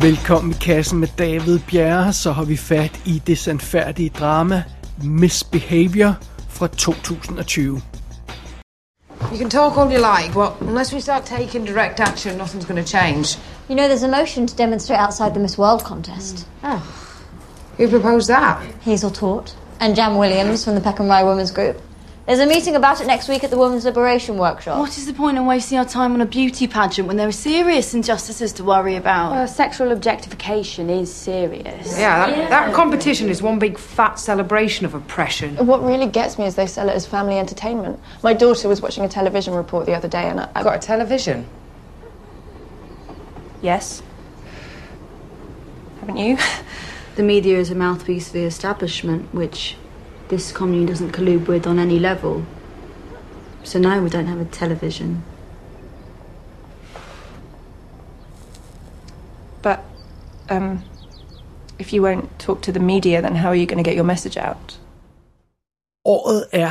Velkommen i kassen med David Bjerre, så har vi fat i det sandfærdige drama Misbehavior fra 2020. You can talk all you like, but unless we start taking direct action, nothing's going to change. You know, there's a motion to demonstrate outside the Miss World contest. Oh. Who proposed that? Hazel Tort and Jam Williams from the Peckham Rye Women's Group. There's a meeting about it next week at the Women's Liberation Workshop. What is the point in wasting our time on a beauty pageant when there are serious injustices to worry about? Well, sexual objectification is serious. Yeah, that competition is one big fat celebration of oppression. What really gets me is they sell it as family entertainment. My daughter was watching a television report the other day and I Got a television? Yes. Haven't you? The media is a mouthpiece for the establishment, which this commune doesn't collude with on any level. So no, we don't have a television. But, if you won't talk to the media, then how are you going to get your message out? Året er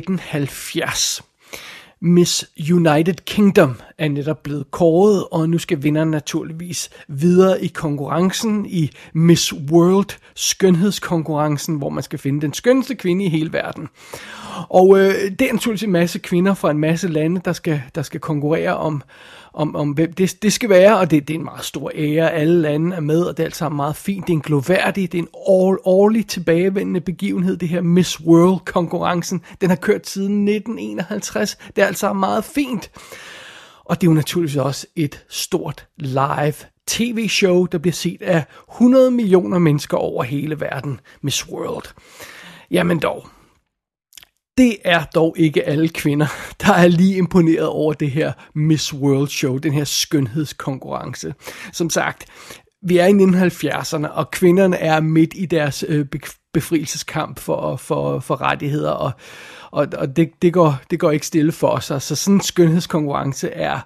1970. Miss United Kingdom er netop blevet kåret, og nu skal vinderen naturligvis videre i konkurrencen i Miss World skønhedskonkurrencen, hvor man skal finde den skønneste kvinde i hele verden. Og det er naturligvis en masse kvinder fra en masse lande, der skal konkurrere om hvem det skal være, og det er en meget stor ære. Alle lande er med, og det er alt sammen meget fint. Det er en gloværdig, det er en årlig tilbagevendende begivenhed, det her Miss World-konkurrencen. Den har kørt siden 1951. Det er alt sammen meget fint. Og det er jo naturligvis også et stort live tv-show, der bliver set af 100 millioner mennesker over hele verden. Miss World. Jamen dog. Det er dog ikke alle kvinder, der er lige imponeret over det her Miss World Show, den her skønhedskonkurrence. Som sagt, vi er i 1970'erne, og kvinderne er midt i deres befrielseskamp for rettigheder, og det går ikke stille for sig. Så sådan en skønhedskonkurrence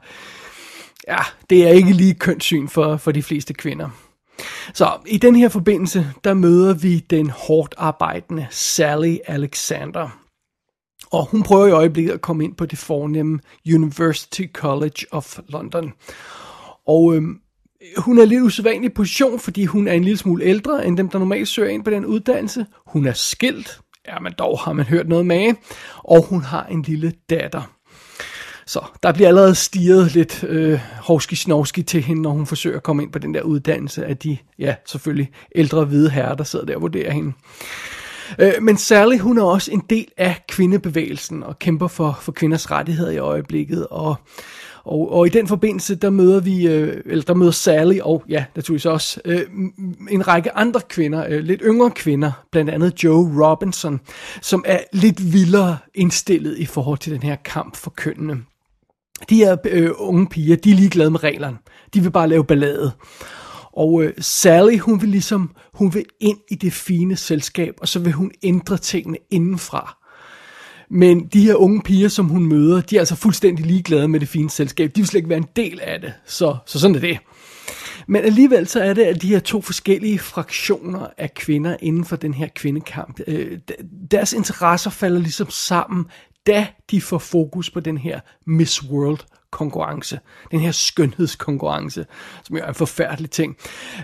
det er ikke lige kønssyn for de fleste kvinder. Så i den her forbindelse, der møder vi den hårdt arbejdende Sally Alexander. Og hun prøver i øjeblikket at komme ind på det fornemme University College of London. Og hun er en lidt usædvanlig position, fordi hun er en lille smule ældre end dem, der normalt søger ind på den uddannelse. Hun er skilt, men dog har man hørt noget med, og hun har en lille datter. Så der bliver allerede stirret lidt hovski-snovski til hende, når hun forsøger at komme ind på den der uddannelse af de, selvfølgelig ældre hvide herrer, der sidder der og vurderer hende. Men Sally, hun er også en del af kvindebevægelsen og kæmper for kvinders rettigheder i øjeblikket. Og i den forbindelse, der møder Sally og naturligvis også en række andre kvinder, lidt yngre kvinder, blandt andet Jo Robinson, som er lidt vildere indstillet i forhold til den her kamp for kønnene. De her unge piger, de er ligeglade med reglerne. De vil bare lave ballade. Og Sally, hun vil ind i det fine selskab, og så vil hun ændre tingene indenfra. Men de her unge piger, som hun møder, de er altså fuldstændig ligeglade med det fine selskab. De vil slet ikke være en del af det, så sådan er det. Men alligevel så er det, at de her to forskellige fraktioner af kvinder inden for den her kvindekamp, deres interesser falder ligesom sammen, da de får fokus på den her Miss World konkurrence, den her skønhedskonkurrence, som jo er en forfærdelig ting.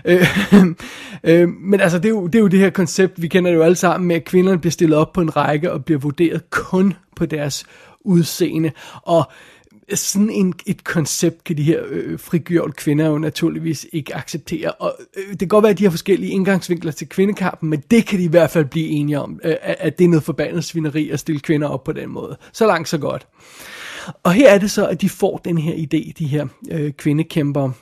Men altså, det er jo det her koncept, vi kender det jo alle sammen med, at kvinderne bliver stillet op på en række og bliver vurderet kun på deres udseende, og sådan et koncept kan de her frigjorte kvinder jo naturligvis ikke acceptere, og det kan godt være, at de har forskellige indgangsvinkler til kvindekampen, men det kan de i hvert fald blive enige om, at det er noget forbandet svineri at stille kvinder op på den måde. Så langt, så godt. Og her er det så, at de får den her idé, de her kvindekæmpere.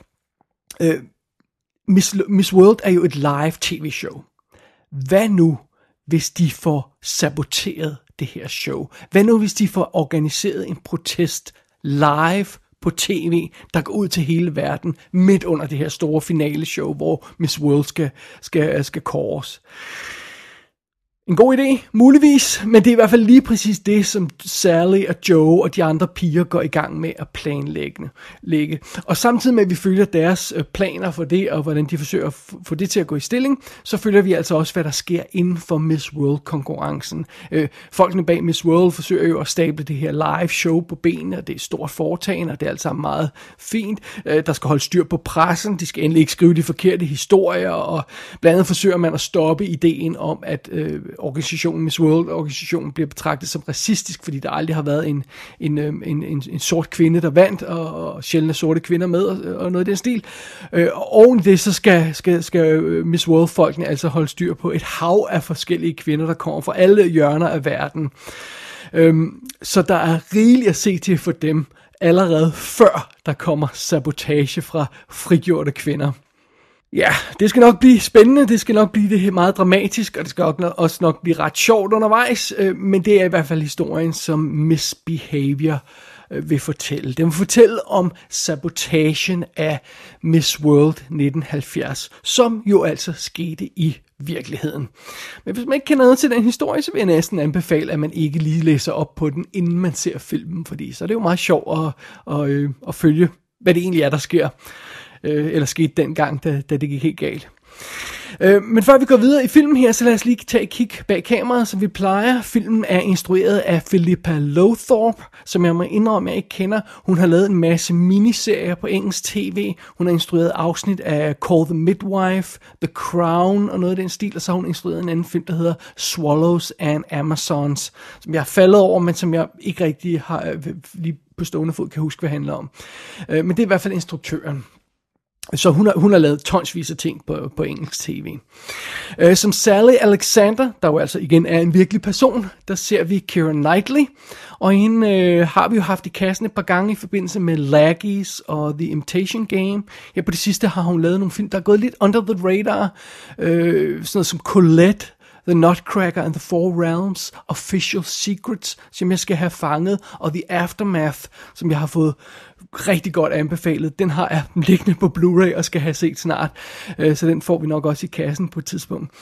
Miss World er jo et live tv-show. Hvad nu, hvis de får saboteret det her show? Hvad nu, hvis de får organiseret en protest live på tv, der går ud til hele verden, midt under det her store finale show, hvor Miss World skal kåres? En god idé, muligvis, men det er i hvert fald lige præcis det, som Sally og Joe og de andre piger går i gang med at planlægge. Og samtidig med, at vi følger deres planer for det, og hvordan de forsøger at få det til at gå i stilling, så følger vi altså også, hvad der sker inden for Miss World-konkurrencen. Folkene bag Miss World forsøger jo at stable det her live show på benene, og det er stort foretagende, og det er altså meget fint. Der skal holde styr på pressen, de skal endelig ikke skrive de forkerte historier, og blandt andet forsøger man at stoppe ideen om, at organisationen, Miss World-organisationen, bliver betragtet som racistisk, fordi der aldrig har været en sort kvinde, der vandt, og sjældne sorte kvinder med, og noget af den stil. Og oven i det, så skal Miss World-folkene altså holde styr på et hav af forskellige kvinder, der kommer fra alle hjørner af verden. Så der er rigeligt at se til for dem, allerede før der kommer sabotage fra frigjorte kvinder. Ja, det skal nok blive spændende, det skal nok blive det meget dramatisk, og det skal også nok blive ret sjovt undervejs, men det er i hvert fald historien, som Misbehavior vil fortælle. Den vil fortælle om sabotagen af Miss World 1970, som jo altså skete i virkeligheden. Men hvis man ikke kender noget til den historie, så vil jeg næsten anbefale, at man ikke lige læser op på den, inden man ser filmen, fordi så er det jo meget sjovt at følge, hvad det egentlig er, der sker. Eller skete dengang, da det gik helt galt. Men før vi går videre i filmen her, så lad os lige tage et kig bag kameraet, som vi plejer. Filmen er instrueret af Philippa Lowthorpe, som jeg må indrømme, jeg ikke kender. Hun har lavet en masse miniserier på engelsk tv. Hun har instrueret afsnit af Call the Midwife, The Crown og noget af den stil. Og så har hun instrueret en anden film, der hedder Swallows and Amazons, som jeg har faldet over, men som jeg ikke rigtig har lige på stående fod kan huske, hvad det handler om. Men det er i hvert fald instruktøren. Så hun har lavet tonsvis af ting på engelsk tv. Som Sally Alexander, der jo altså igen er en virkelig person, der ser vi Keira Knightley. Og hende har vi jo haft i kassen et par gange i forbindelse med Laggies og The Imitation Game. Ja, på det sidste har hun lavet nogle film, der er gået lidt under the radar. Sådan noget som Colette, The Nutcracker and the Four Realms, Official Secrets, som jeg skal have fanget, og The Aftermath, som jeg har fået rigtig godt anbefalet. Den har jeg liggende på Blu-ray og skal have set snart, så den får vi nok også i kassen på et tidspunkt.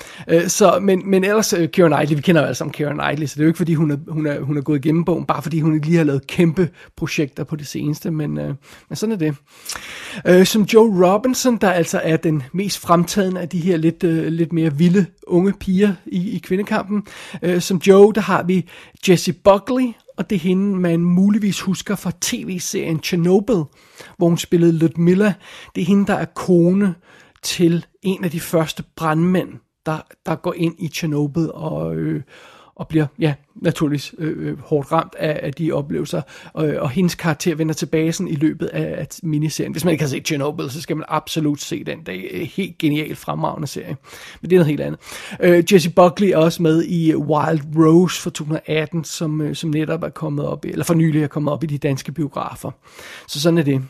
Men ellers, Keira Knightley, vi kender jo alle sammen Keira Knightley, så det er jo ikke fordi hun er gået igennem bogen, bare fordi hun ikke lige har lavet kæmpe projekter på det seneste, men sådan er det. Som Joe Robinson, der altså er den mest fremtagende af de her lidt mere vilde unge piger i kvindekampen. Som Joe, der har vi Jessie Buckley, og det er hende, man muligvis husker fra tv-serien Chernobyl, hvor hun spillede Ludmilla. Det er hende, der er kone til en af de første brandmænd, der går ind i Chernobyl og bliver, ja, naturligvis hårdt ramt af de oplevelser. Og hendes karakter vender tilbage sådan i løbet af miniserien. Hvis man ikke har set Chernobyl, så skal man absolut se den. Det er en helt genial fremragende serie. Men det er noget helt andet. Jessie Buckley er også med i Wild Rose fra 2018, som netop er kommet op, eller for nylig er kommet op i de danske biografer. Så sådan er det.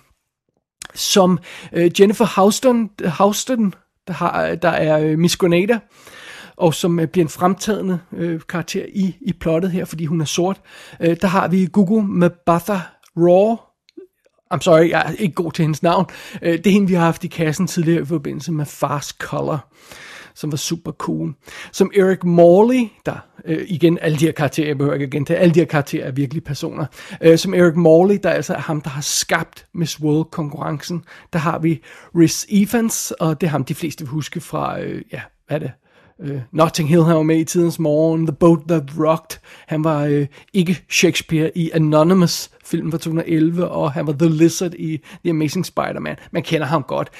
Som Jennifer Houston der er Miss Grenada, og som bliver en fremtrædende karakter i plottet her, fordi hun er sort. Der har vi Gugu Mbatha Raw. I'm sorry, jeg er ikke god til hendes navn. Det er hende, vi har haft i kassen tidligere i forbindelse med Fast Color, som var super cool. Som Eric Morley, der igen, alle de her karakterer, jeg behøver ikke gentage, alle de her karakterer er virkelige personer. Som Eric Morley, der altså er ham, der har skabt Miss World-konkurrencen. Der har vi Rhys Ifans, og det er ham, de fleste vil huske fra, hvad er det? Notting Hill, han var med i Tidens Morgen, The Boat That Rocked, han var ikke Shakespeare i Anonymous, filmen fra 2011, og han var The Lizard i The Amazing Spider-Man. Man kender ham godt.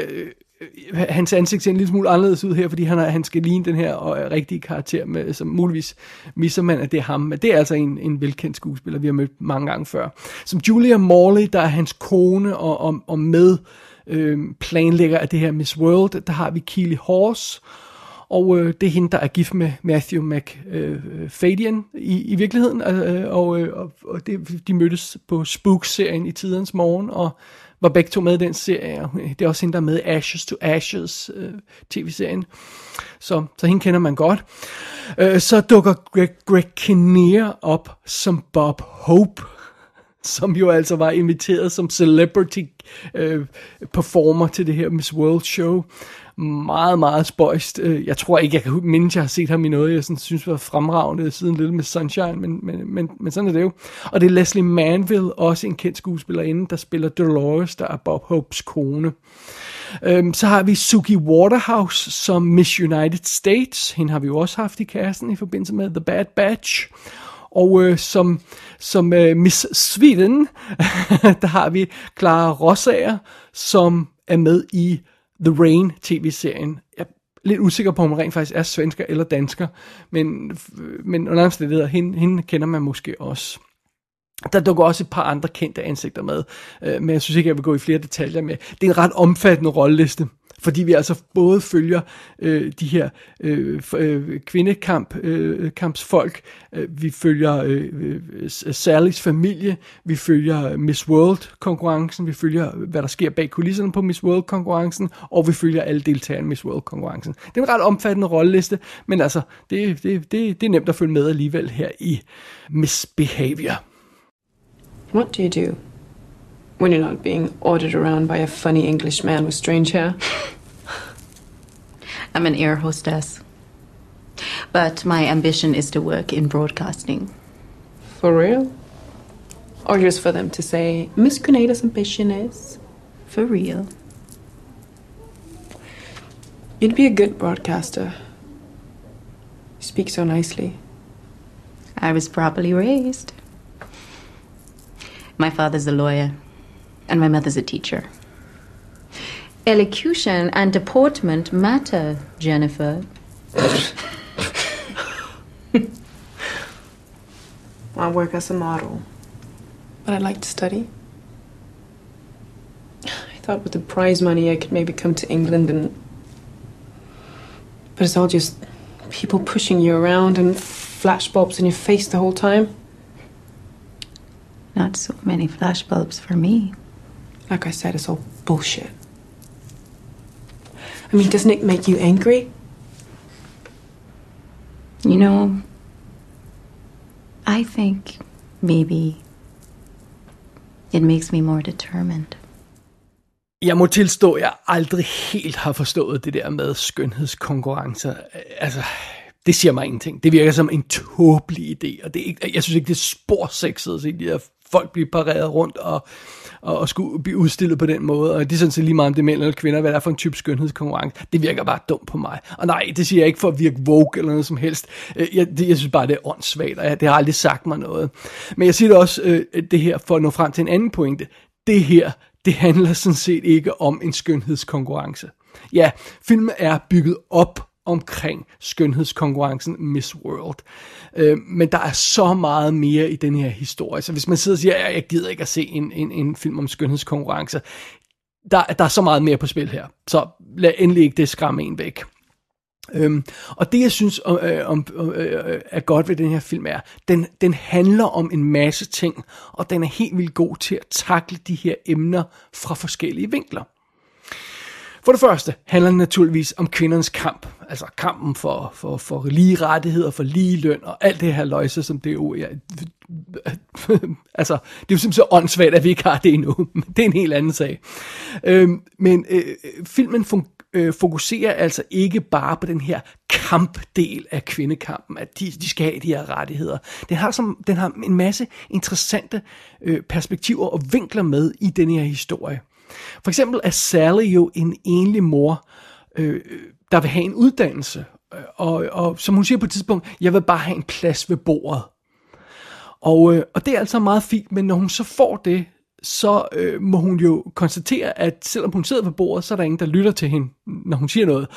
Hans ansigt ser en lille smule anderledes ud her, fordi han skal ligne den her rigtige karakter, med, som muligvis misser man, at det er ham. Men det er altså en velkendt skuespiller, vi har mødt mange gange før. Som Julia Morley, der er hans kone og med planlægger af det her Miss World, der har vi Keely Hawes, og det er hende, der er gift med Matthew McFadyen i virkeligheden, og de mødtes på Spook-serien i Tidens Morgen, og var begge to med i den serie. Det er også hende, der er med i Ashes to Ashes tv-serien, så hende kender man godt. Så dukker Greg Kinnear op som Bob Hope, som jo altså var inviteret som celebrity performer til det her Miss World show, meget, meget spøjst. Jeg tror ikke, jeg kan minde, jeg har set ham i noget, jeg sådan, synes var fremragende siden Little Miss Sunshine, men sådan er det jo. Og det er Leslie Manville, også en kendt skuespillerinde, der spiller Dolores, der er Bob Hopes kone. Så har vi Suki Waterhouse som Miss United States. Hende har vi jo også haft i kassen i forbindelse med The Bad Batch. Og som Miss Sweden, der har vi Clara Rosager, som er med i The Rain tv-serien. Jeg er lidt usikker på, om hun rent faktisk er svensker eller dansker, men under omstændigheder, hende kender man måske også. Der dukker også et par andre kendte ansigter med, men jeg synes ikke, jeg vil gå i flere detaljer med. Det er en ret omfattende rolleliste, fordi vi altså både følger de her kvindekampsfolk, vi følger Sallys familie, vi følger Miss World-konkurrencen, vi følger, hvad der sker bag kulisserne på Miss World-konkurrencen, og vi følger alle deltagerne i Miss World-konkurrencen. Det er en ret omfattende rolleliste, men altså, det er nemt at følge med alligevel her i Misbehavior. What do you do when you're not being ordered around by a funny English man with strange hair? I'm an air hostess. But my ambition is to work in broadcasting. For real? Or just for them to say, Miss Grenada's ambition is? For real. You'd be a good broadcaster. You speak so nicely. I was properly raised. My father's a lawyer, and my mother's a teacher. Elocution and deportment matter, Jennifer. I work as a model, but I'd like to study. I thought with the prize money I could maybe come to England and... But it's all just people pushing you around and flashbulbs in your face the whole time. Not so many flashbulbs for me. Like I said, it's all bullshit. I mean, doesn't it make you angry? You know, I think maybe it makes me more determined. Jeg må tilstå, at jeg aldrig helt har forstået det der med skønhedskonkurrencer. Altså, det siger mig ingenting. Det virker som en tåbelig idé, og det er ikke, jeg synes ikke, det er sporsexet at se de her folk blive pareret rundt og skulle blive udstillet på den måde, og det er sådan set lige meget om det er mænd eller kvinder, hvad der er for en type skønhedskonkurrence. Det virker bare dumt på mig. Og nej, det siger jeg ikke for at virke woke eller noget som helst. Jeg synes bare, det er åndssvagt, og det har aldrig sagt mig noget. Men jeg siger det også, det her for at nå frem til en anden pointe. Det her, det handler sådan set ikke om en skønhedskonkurrence. Ja, filmen er bygget op omkring skønhedskonkurrencen Miss World. Men der er så meget mere i den her historie. Så hvis man sidder og siger, at jeg gider ikke at se en film om skønhedskonkurrencer, der er så meget mere på spil her. Så lad endelig ikke det skræmme en væk. Og det jeg synes er godt ved den her film er, den handler om en masse ting, og den er helt vildt god til at takle de her emner fra forskellige vinkler. For det første handler det naturligvis om kvindernes kamp, altså kampen for lige rettigheder, for lige løn og alt det her løjse, som det jo er. Altså, det er jo simpelthen så åndssvagt, at vi ikke har det endnu. Det er en helt anden sag. Men filmen fokuserer altså ikke bare på den her kampdel af kvindekampen, at de skal have de her rettigheder. Den har en masse interessante perspektiver og vinkler med i den her historie. For eksempel er Sally jo en enlig mor, der vil have en uddannelse, og som hun siger på et tidspunkt, jeg vil bare have en plads ved bordet. Og det er altså meget fint, men når hun så får det, så må hun jo konstatere, at selvom hun sidder ved bordet, så er der ingen, der lytter til hende, når hun siger noget.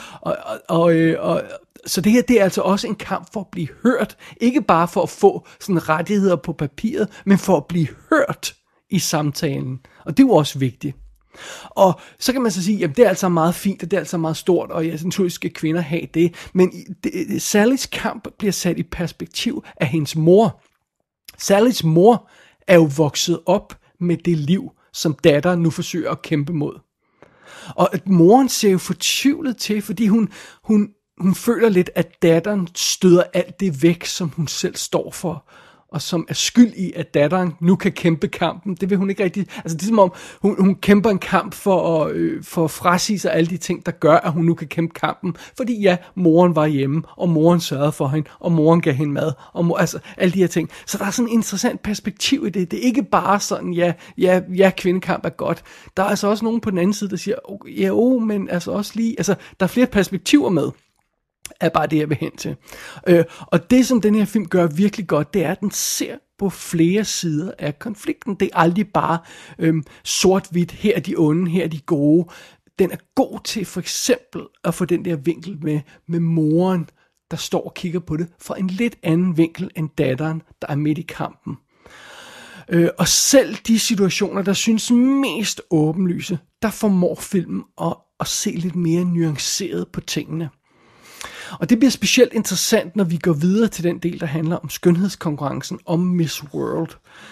Så det her, det er altså også en kamp for at blive hørt. Ikke bare for at få sådan rettigheder på papiret, men for at blive hørt i samtalen. Og det er jo også vigtigt. Og så kan man så sige, at det er altså meget fint, og det er altså meget stort, og naturligvis skal kvinder have det. Men Sallys kamp bliver sat i perspektiv af hendes mor. Sallys mor er jo vokset op med det liv, som datteren nu forsøger at kæmpe mod. Og moren ser jo fortvivlet til, fordi hun føler lidt, at datteren støder alt det væk, som hun selv står for. og som er skyld i, at datteren nu kan kæmpe kampen. Det vil hun ikke rigtig... Altså, det er som om, hun kæmper en kamp for at frasige sig alle de ting, der gør, at hun nu kan kæmpe kampen. Fordi ja, moren var hjemme, og moren sørgede for hende, og moren gav hende mad, og altså alle de her ting. Så der er sådan et interessant perspektiv i det. Det er ikke bare sådan, ja, kvindekamp er godt. Der er altså også nogen på den anden side, der siger, men altså også lige... Altså, der er flere perspektiver med. Er bare det, jeg vil hen til. Og det, som den her film gør virkelig godt, det er, at den ser på flere sider af konflikten. Det er aldrig bare sort-hvidt, her er de onde, her er de gode. Den er god til for eksempel at få den der vinkel med moren, der står og kigger på det, fra en lidt anden vinkel end datteren, der er midt i kampen. Og selv de situationer, der synes mest åbenlyse, der formår filmen at se lidt mere nuanceret på tingene. Og det bliver specielt interessant, når vi går videre til den del, der handler om skønhedskonkurrencen om Miss World.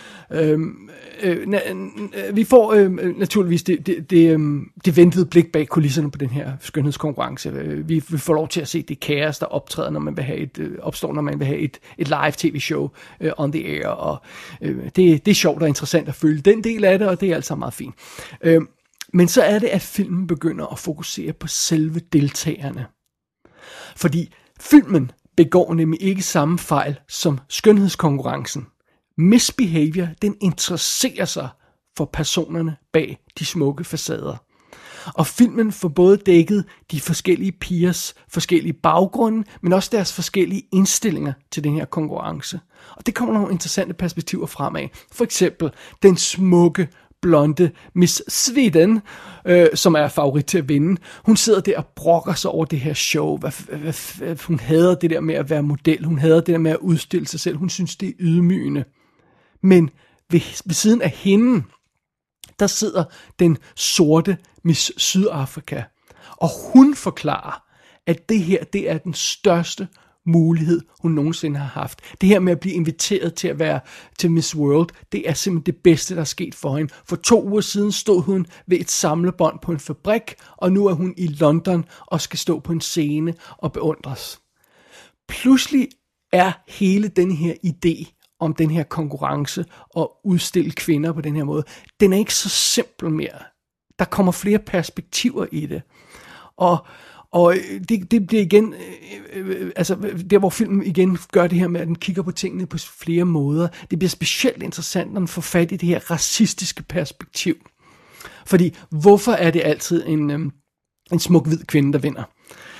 Vi får naturligvis det ventede blik bag kulisserne på den her skønhedskonkurrence. Vi får lov til at se det kaos, der optræder, når man vil have når man vil have et live tv-show on the air. Og det er sjovt og interessant at følge den del af det, og det er altså meget fint. Men så er det, at filmen begynder at fokusere på selve deltagerne. Fordi filmen begår nemlig ikke samme fejl som skønhedskonkurrencen. Misbehavior, den interesserer sig for personerne bag de smukke facader. Og filmen får både dækket de forskellige pigers forskellige baggrunde, men også deres forskellige indstillinger til den her konkurrence. Og det kommer nogle interessante perspektiver fremad. For eksempel den smukke, blonde Miss Sweden, som er favorit til at vinde. Hun sidder der og brokker sig over det her show. Hun hader det der med at være model. Hun hader det der med at udstille sig selv. Hun synes, det er ydmygende. Men ved siden af hende, der sidder den sorte Miss Sydafrika. Og hun forklarer, at det her, det er den største mulighed, hun nogensinde har haft. Det her med at blive inviteret til at være til Miss World, det er simpelthen det bedste, der er sket for hende. For 2 uger siden stod hun ved et samlebånd på en fabrik, og nu er hun i London og skal stå på en scene og beundres. Pludselig er hele den her idé om den her konkurrence og udstille kvinder på den her måde, den er ikke så simpel mere. Der kommer flere perspektiver i det. Og det bliver igen, altså der hvor filmen igen gør det her med, at den kigger på tingene på flere måder. Det bliver specielt interessant, når den får fat i det her racistiske perspektiv. Fordi hvorfor er det altid en smuk hvid kvinde, der vinder?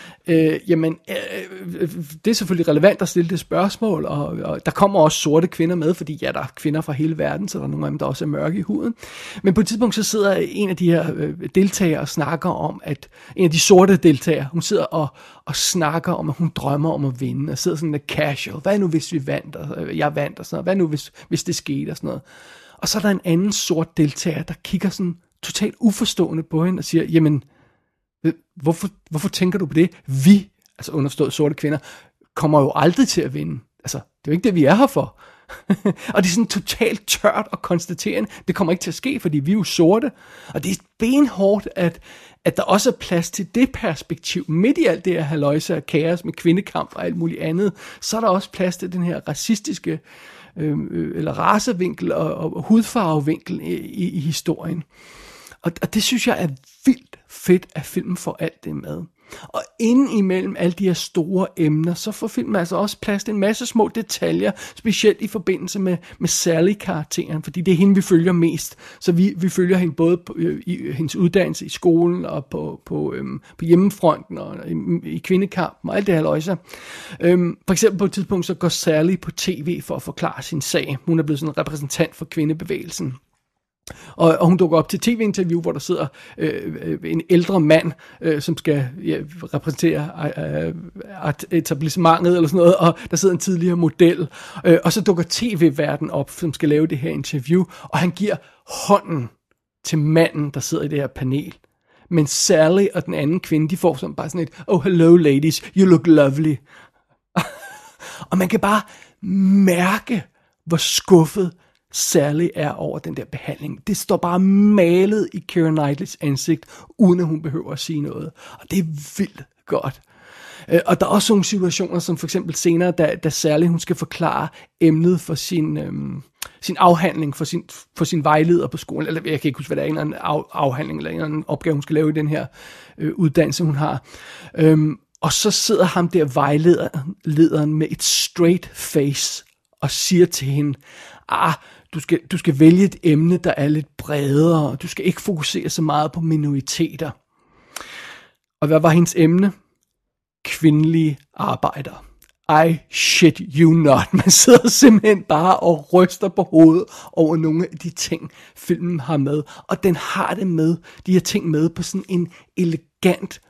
Det er selvfølgelig relevant at stille det spørgsmål, og der kommer også sorte kvinder med, fordi ja, der er kvinder fra hele verden, så der er nogle af dem, der også er mørke i huden. Men på et tidspunkt, så sidder en af de her deltagere og snakker om, at en af de sorte deltagere, hun sidder og snakker om, at hun drømmer om at vinde, og sidder sådan lidt casual. Hvad nu, hvis vi vandt, og jeg vandt, og sådan noget. Hvad nu, hvis det skete, og sådan noget. Og så er der en anden sort deltager, der kigger sådan totalt uforstående på hende og siger, jamen, hvorfor tænker du på det? Vi, altså underforstået sorte kvinder, kommer jo aldrig til at vinde. Altså, det er jo ikke det, vi er her for. Og det er sådan totalt tørt og konstaterende. Det kommer ikke til at ske, fordi vi er jo sorte. Og det er benhårdt, at der også er plads til det perspektiv. Midt i alt det her halløjse og kaos med kvindekamp og alt muligt andet, så er der også plads til den her racistiske eller racevinkel og hudfarvevinkel i historien. Og det synes jeg er vildt fedt, at filmen får alt det med. Og inden imellem alle de her store emner, så får filmen altså også plads til en masse små detaljer, specielt i forbindelse med Sally-karakteren, fordi det er hende, vi følger mest. Så vi følger hende både i hendes uddannelse i skolen, og på hjemmefronten, og i kvindekampen, og alt det her løjse. For eksempel på et tidspunkt, så går Sally på tv for at forklare sin sag. Hun er blevet sådan en repræsentant for kvindebevægelsen. Og hun dukker op til tv-interview, hvor der sidder en ældre mand, som skal repræsentere etablissementet eller sådan noget, og der sidder en tidligere model, og så dukker tv-verden op, som skal lave det her interview, og han giver hånden til manden, der sidder i det her panel. Men Sally og den anden kvinde, de får sådan bare sådan et, oh hello ladies, you look lovely. Og man kan bare mærke, hvor skuffet Sally er over den der behandling. Det står bare malet i Keira Knightleys ansigt, uden at hun behøver at sige noget. Og det er vildt godt. Og der er også nogle situationer, som for eksempel senere, da Sally hun skal forklare emnet for sin afhandling, for sin vejleder på skolen, eller jeg kan ikke huske, hvad det er, en eller anden afhandling, eller en eller anden opgave, hun skal lave i den her uddannelse, hun har. Og så sidder ham der vejlederen med et straight face, og siger til hende, du skal vælge et emne, der er lidt bredere, og du skal ikke fokusere så meget på minoriteter. Og hvad var hendes emne? Kvindelige arbejdere. I shit you not. Man sidder simpelthen bare og ryster på hovedet over nogle af de ting, filmen har med. Og den har det med, de her ting med på sådan en elegant,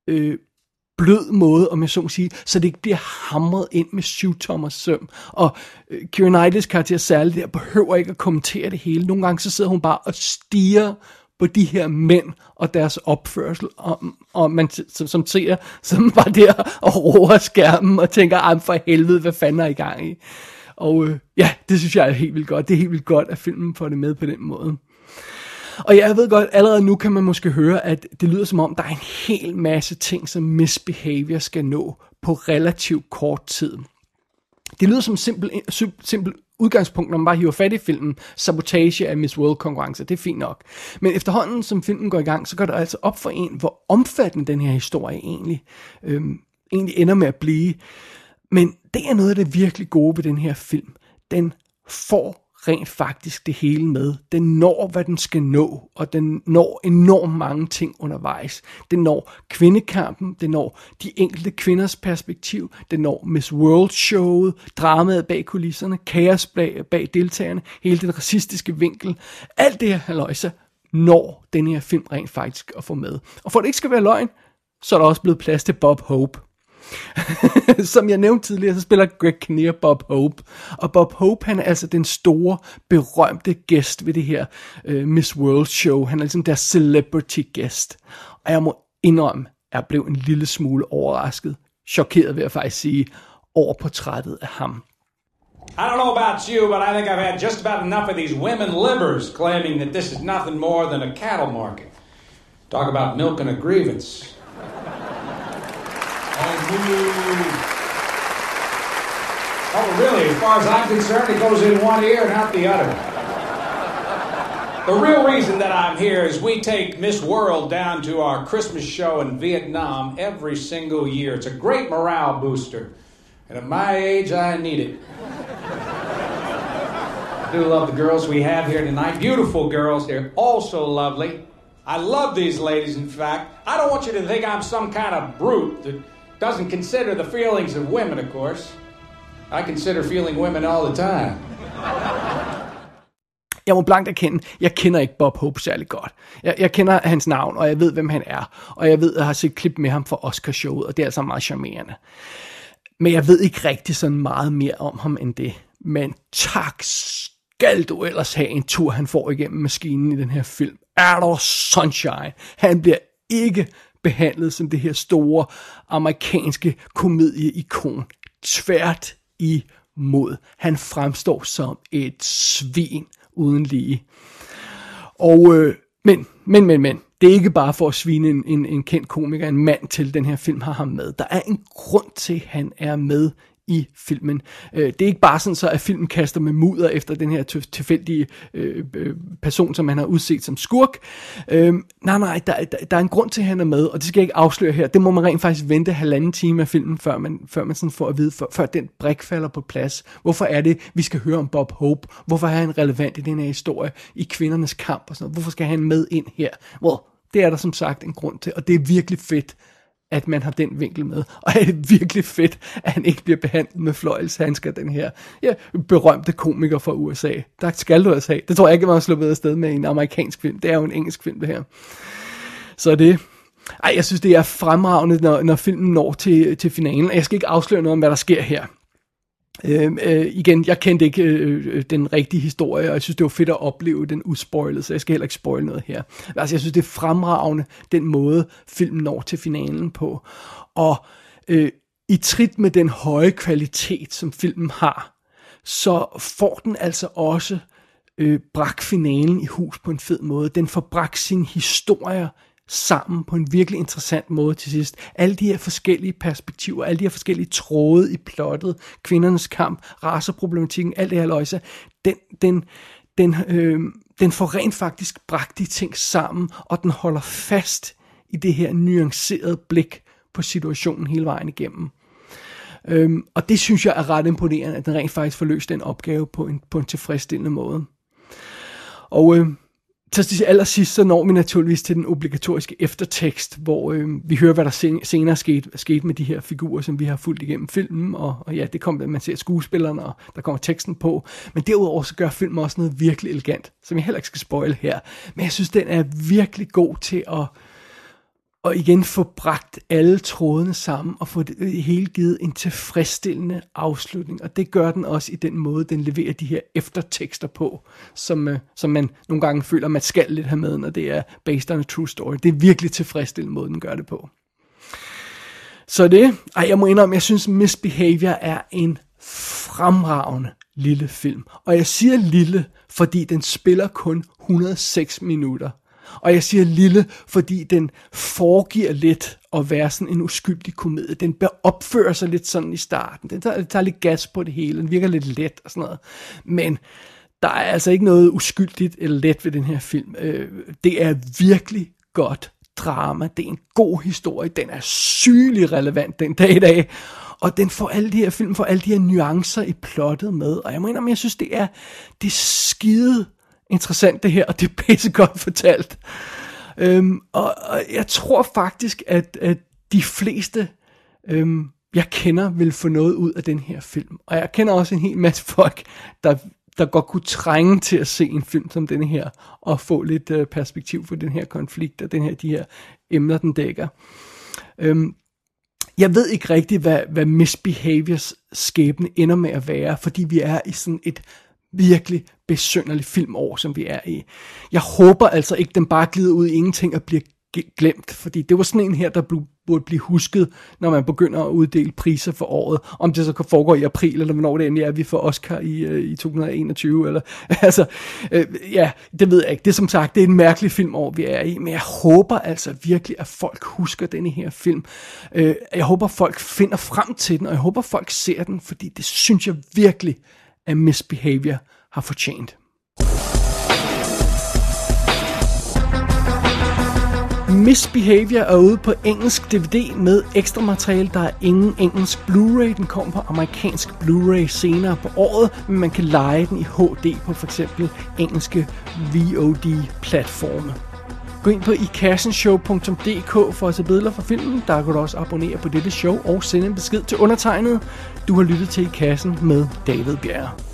blød måde, om jeg så må sige, så det ikke bliver hamret ind med 7-tommers søm. Og Keira Knightleys karakter Sally der behøver ikke at kommentere det hele. Nogle gange så sidder hun bare og stiger på de her mænd og deres opførsel, og man som ser, som bare der og roer skærmen og tænker, for helvede, hvad fanden er I gang i? Og det synes jeg er helt vildt godt. Det er helt vildt godt, at filmen får det med på den måde. Og jeg ved godt, allerede nu kan man måske høre, at det lyder som om, der er en hel masse ting, som Miss Behavior skal nå på relativt kort tid. Det lyder som simpel udgangspunkt, når man bare hiver fat i filmen, sabotage af Miss World-konkurrencer, det er fint nok. Men efterhånden, som filmen går i gang, så går det altså op for en, hvor omfattende den her historie egentlig ender med at blive. Men det er noget af det virkelig gode ved den her film. Den får rent faktisk det hele med. Den når, hvad den skal nå, og den når enormt mange ting undervejs. Den når kvindekampen, den når de enkelte kvinders perspektiv, den når Miss World-showet, dramaet bag kulisserne, kaos bag deltagerne, hele den racistiske vinkel. Alt det her halløjse når den her film rent faktisk at få med. Og for at det ikke skal være løgn, så er der også blevet plads til Bob Hope. Som jeg nævnte tidligere, så spiller Greg Kinnear Bob Hope. Og Bob Hope, han er altså den store, berømte gæst ved det her Miss World show. Han er ligesom deres celebrity gæst. Og jeg må indrømme, at jeg blev en lille smule overrasket, chokeret vil jeg faktisk sige, over portrættet af ham. I don't know about you, but I think I've had just about enough of these women libbers claiming that this is nothing more than a cattle market. Talk about milking a grievance. Oh, really? As far as I'm concerned, it goes in one ear and out the other. The real reason that I'm here is we take Miss World down to our Christmas show in Vietnam every single year. It's a great morale booster. And at my age, I need it. I do love the girls we have here tonight. Beautiful girls. They're all so lovely. I love these ladies, in fact. I don't want you to think I'm some kind of brute that doesn't consider the feelings of women, of course. I consider feeling women all the time. Jeg må blankt erkende, jeg kender ikke Bob Hope særlig godt. Jeg kender hans navn, og jeg ved, hvem han er. Og jeg ved, at jeg har set klip med ham fra Oscar-showet, og det er altså meget charmerende. Men jeg ved ikke rigtig sådan meget mere om ham end det. Men tak skal du ellers have en tur, han får igennem maskinen i den her film. Er der sunshine? Han bliver ikke behandlet som det her store amerikanske komedieikon. Tvært imod. Han fremstår som et svin uden lige. Og men. Det er ikke bare for at svine en kendt komiker, en mand til den her film har ham med. Der er en grund til, at han er med i filmen. Det er ikke bare sådan så, at filmen kaster med mudder efter den her tilfældige person, som han har udset som skurk. Nej, der er en grund til, at han er med, og det skal jeg ikke afsløre her. Det må man rent faktisk vente 1,5 time af filmen, før man sådan får at vide, før den brik falder på plads. Hvorfor er det, vi skal høre om Bob Hope? Hvorfor er han relevant i den her historie, i kvindernes kamp og sådan noget? Hvorfor skal han med ind her? Well, det er der som sagt en grund til, og det er virkelig fedt, at man har den vinkel med. Og det er virkelig fedt, at han ikke bliver behandlet med fløjelshandsker, den her berømte komiker fra USA. Der skal du altså have. Det tror jeg ikke, man har sluppet afsted med en amerikansk film. Det er jo en engelsk film, det her. Så det... jeg synes, det er fremragende, når filmen når til finalen. Jeg skal ikke afsløre noget om, hvad der sker her. Igen, jeg kendte ikke den rigtige historie, og jeg synes, det var fedt at opleve den uspoilet, så jeg skal heller ikke spoile noget her. Altså, jeg synes, det er fremragende, den måde, filmen når til finalen på. Og i trit med den høje kvalitet, som filmen har, så får den altså også bragt finalen i hus på en fed måde. Den får bragt sine historier sammen på en virkelig interessant måde til sidst. Alle de her forskellige perspektiver, alle de her forskellige tråde i plottet, kvindernes kamp, raceproblematikken, alt det her løjse, den får rent faktisk bragt de ting sammen, og den holder fast i det her nuancerede blik på situationen hele vejen igennem. Og det synes jeg er ret imponerende, at den rent faktisk får løst den opgave på en tilfredsstillende måde. Og til allersidst, så når vi naturligvis til den obligatoriske eftertekst, hvor vi hører, hvad der senere skete med de her figurer, som vi har fulgt igennem filmen, og ja, det kommer, man ser skuespillerne, og der kommer teksten på, men derudover så gør filmen også noget virkelig elegant, som jeg heller ikke skal spoile her, men jeg synes, den er virkelig god til at igen få bragt alle trådene sammen, og få det hele givet en tilfredsstillende afslutning, og det gør den også i den måde, den leverer de her eftertekster på, som man nogle gange føler, man skal lidt have med, når det er based on a true story. Det er virkelig tilfredsstillende måde, den gør det på. Så jeg må indrømme, jeg synes Misbehavior er en fremragende lille film. Og jeg siger lille, fordi den spiller kun 106 minutter. Og jeg siger lille, fordi den foregiver lidt at være sådan en uskyldig komedie. Den opfører sig lidt sådan i starten. Den tager lidt gas på det hele. Den virker lidt let og sådan noget. Men der er altså ikke noget uskyldigt eller let ved den her film. Det er virkelig godt drama. Det er en god historie. Den er sygelig relevant den dag i dag. Og den får alle de her film, får alle de her nuancer i plottet med. Og jeg mener, jeg synes, det er skide interessant det her, og det er pisse godt fortalt. Og jeg tror faktisk, at de fleste, jeg kender, vil få noget ud af den her film. Og jeg kender også en hel masse folk, der godt kunne trænge til at se en film som denne her, og få lidt perspektiv for den her konflikt, og de her emner, den dækker. Jeg ved ikke rigtigt, hvad Misbehaviors skæbne ender med at være, fordi vi er i sådan et virkelig besynderligt filmår, som vi er i. Jeg håber altså ikke, den bare glider ud i ingenting og bliver glemt, fordi det var sådan en her, der burde blive husket, når man begynder at uddele priser for året. Om det så kan foregå i april, eller hvornår det endelig er, vi får Oscar i 2021, eller altså, ja, det ved jeg ikke. Det er som sagt, det er en mærkelig filmår, vi er i, men jeg håber altså virkelig, at folk husker denne her film. Jeg håber, folk finder frem til den, og jeg håber, folk ser den, fordi det synes jeg virkelig, at Misbehavior har fortjent. Misbehavior er ude på engelsk DVD med ekstra materiale. Der er ingen engelsk Blu-ray. Den kommer på amerikansk Blu-ray senere på året, men man kan leje den i HD på for eksempel engelske VOD-platforme. Gå ind på ikassenshow.dk for at se billeder fra filmen. Der kan du også abonnere på dette show og sende en besked til undertegnet. Du har lyttet til I Kassen med David Bjerre.